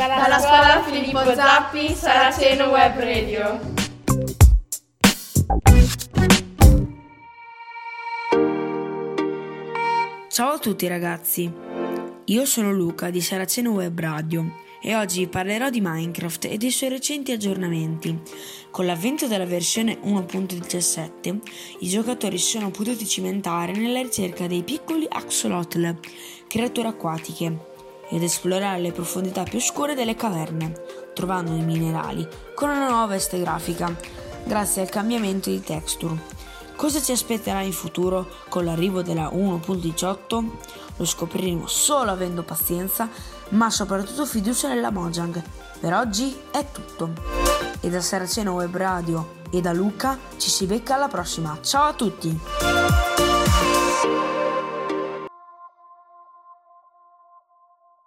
Dalla scuola Filippo Zappi, Saraceno Web Radio. Ciao a tutti ragazzi, io sono Luca di Saraceno Web Radio e oggi vi parlerò di Minecraft e dei suoi recenti aggiornamenti. Con l'avvento della versione 1.17 i giocatori si sono potuti cimentare nella ricerca dei piccoli axolotl, creature acquatiche, ed esplorare le profondità più oscure delle caverne, trovando i minerali con una nuova veste grafica, grazie al cambiamento di texture. Cosa ci aspetterà in futuro con l'arrivo della 1.18? Lo scopriremo solo avendo pazienza, ma soprattutto fiducia nella Mojang. Per oggi è tutto. E da Saraceno Web Radio e da Luca ci si becca alla prossima. Ciao a tutti!